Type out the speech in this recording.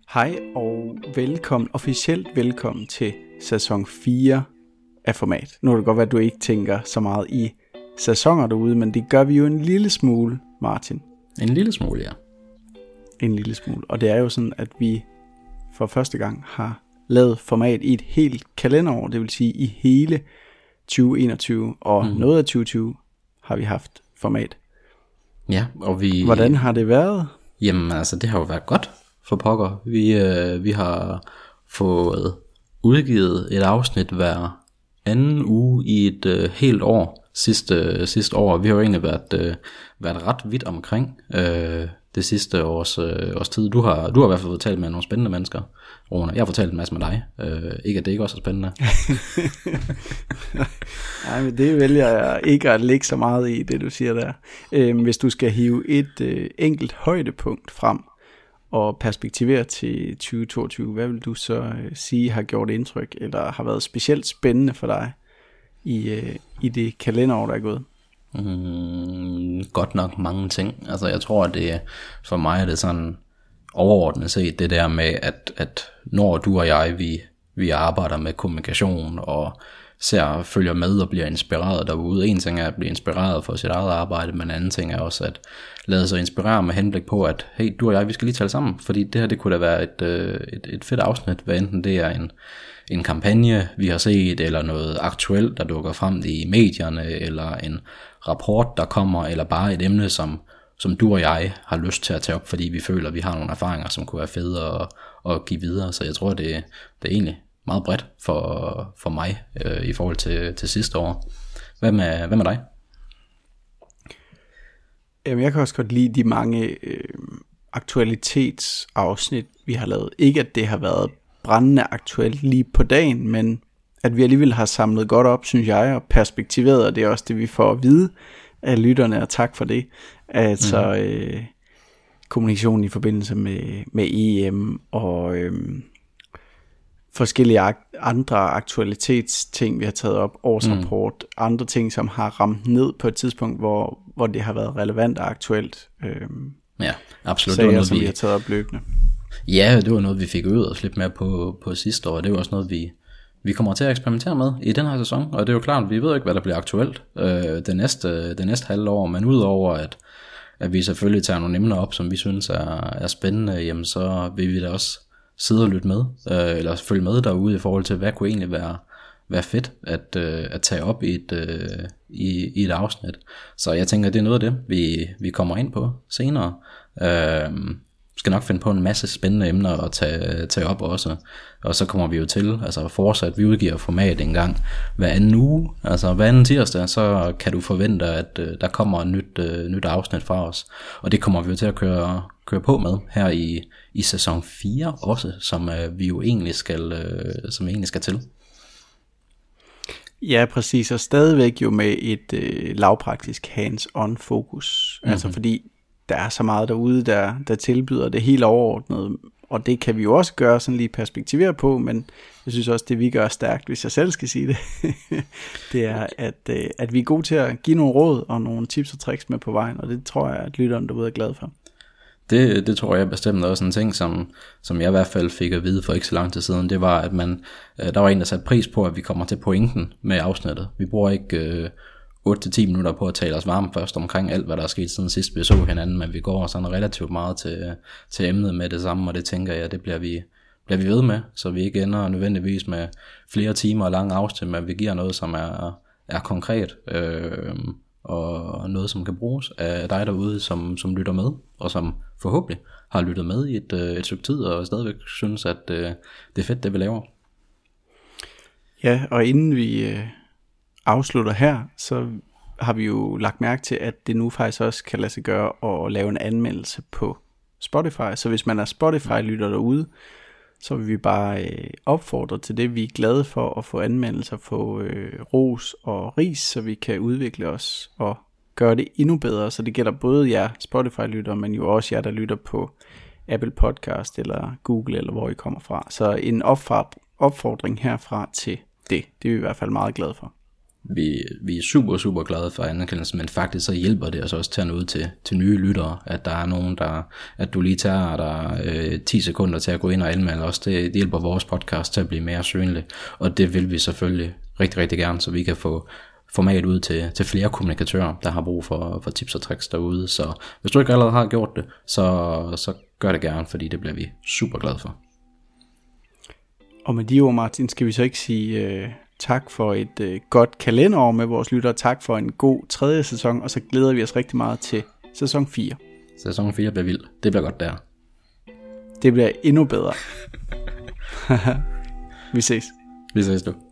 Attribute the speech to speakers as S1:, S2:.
S1: Hej og velkommen, officielt velkommen til sæson 4 af Format. Nu kan det godt være, at du ikke tænker så meget i sæsoner derude, men det gør vi jo en lille smule, Martin.
S2: En lille smule, ja.
S1: En lille smule, og det er jo sådan, at vi for første gang har lavet Format i et helt kalenderår, det vil sige i hele 2021, og noget af 2020 har vi haft Format.
S2: Ja, og
S1: Hvordan har det været?
S2: Jamen, altså, det har jo været godt for pokker. Vi har fået udgivet et afsnit hver anden uge i et helt år sidste år. Vi har jo egentlig været ret vidt omkring det sidste års tid. Du har i hvert fald fået talt med nogle spændende mennesker, Rune. Jeg har fortalt en masse med dig. Ikke at det ikke også er spændende.
S1: Nej, men det vælger jeg ikke at lægge så meget i, det du siger der. Hvis du skal hive et enkelt højdepunkt frem og perspektivere til 2022, hvad vil du så sige har gjort indtryk, eller har været specielt spændende for dig i det kalenderår, der er gået?
S2: Godt nok mange ting. Altså jeg tror, at det for mig er det sådan overordnet set det der med, at når du og jeg, vi arbejder med kommunikation og følger med og bliver inspireret derude. En ting er at blive inspireret for sit eget arbejde, men en anden ting er også at lade sig inspirere med henblik på, at hey, du og jeg, vi skal lige tale sammen, fordi det her, det kunne da være et fedt afsnit, hvad enten det er en kampagne, vi har set, eller noget aktuelt, der dukker frem i medierne, eller en rapport, der kommer, eller bare et emne, som du og jeg har lyst til at tage op, fordi vi føler, at vi har nogle erfaringer, som kunne være fede at give videre. Så jeg tror, det er egentlig meget bredt for mig i forhold til sidste år. Hvad med dig?
S1: Jamen, jeg kan også godt lide de mange aktualitetsafsnit, vi har lavet. Ikke at det har været brændende aktuelt lige på dagen, men at vi alligevel har samlet godt op, synes jeg, og perspektiveret, og det er også det, vi får at vide af lytterne, og tak for det. Altså kommunikation i forbindelse med EM og forskellige andre aktualitetsting, vi har taget op, årsrapport, andre ting, som har ramt ned på et tidspunkt, hvor det har været relevant og aktuelt.
S2: Ja, absolut.
S1: Sager, det var noget, som vi har taget op løbende.
S2: Ja, det var noget, vi fik øvet os lidt mere på sidste år, det er jo også noget, vi kommer til at eksperimentere med i den her sæson, og det er jo klart, vi ved ikke, hvad der bliver aktuelt det næste halve år, men udover at vi selvfølgelig tager nogle emner op, som vi synes er spændende, jamen så vil vi da også sidde og lytte med, eller følge med derude i forhold til, hvad kunne egentlig være fedt at tage op i et afsnit. Så jeg tænker, det er noget af det, vi kommer ind på senere. Skal nok finde på en masse spændende emner at tage op også. Og så kommer vi jo til, altså fortsat, vi udgiver Format en gang hver anden uge, altså hver anden tirsdag, så kan du forvente, at der kommer et nyt afsnit fra os. Og det kommer vi jo til at køre på med her i sæson 4 også, som vi jo egentlig skal til.
S1: Ja, præcis, og stadigvæk jo med et lavpraktisk hands-on fokus. Altså fordi der er så meget derude, der tilbyder det helt overordnet, og det kan vi jo også gøre sådan lige perspektivere på, men jeg synes også, det vi gør stærkt, hvis jeg selv skal sige det, det er, at vi er gode til at give nogle råd og nogle tips og tricks med på vejen, og det tror jeg, at lytterne derude er glade for.
S2: Det tror jeg bestemt også en ting, som jeg i hvert fald fik at vide for ikke så lang tid siden, det var, at der var en, der satte pris på, at vi kommer til pointen med afsnittet. Vi bruger ikke 8-10 minutter på at tale os varme først omkring alt, hvad der er sket siden sidst vi så hinanden, men vi går sådan relativt meget til emnet med det samme, og det tænker jeg, det bliver vi ved med, så vi ikke ender nødvendigvis med flere timer og lange afsnit, men vi giver noget, som er konkret, og noget, som kan bruges af dig derude, som lytter med, og som forhåbentlig har lyttet med i et stykke tid, og stadigvæk synes, at det er fedt, det vi laver.
S1: Ja, og inden vi afslutter her, så har vi jo lagt mærke til, at det nu faktisk også kan lade sig gøre at lave en anmeldelse på Spotify. Så hvis man er Spotify-lytter derude, så vil vi bare opfordre til det. Vi er glade for at få anmeldelser, få ros og ris, så vi kan udvikle os og gøre det endnu bedre. Så det gælder både jer Spotify-lyttere, men jo også jer, der lytter på Apple Podcast eller Google, eller hvor I kommer fra. Så en opfordring herfra til det. Det er vi i hvert fald meget glade for.
S2: vi er super, super glade for anerkendelsen, men faktisk så hjælper det os også til at nå ud til nye lyttere, at der er nogen, at du lige tager der 10 sekunder til at gå ind og anmelde os. Det hjælper vores podcast til at blive mere synlig, og det vil vi selvfølgelig rigtig, rigtig gerne, så vi kan få format ud til flere kommunikatører, der har brug for tips og tricks derude. Så hvis du ikke allerede har gjort det, så gør det gerne, fordi det bliver vi super glade for.
S1: Og med de ord, Martin, skal vi så ikke sige tak for et godt kalenderår med vores lyttere, tak for en god 3. sæson, og så glæder vi os rigtig meget til sæson 4.
S2: Sæson 4 bliver vild. Det bliver godt der.
S1: Det bliver endnu bedre. Vi ses.
S2: Vi ses du.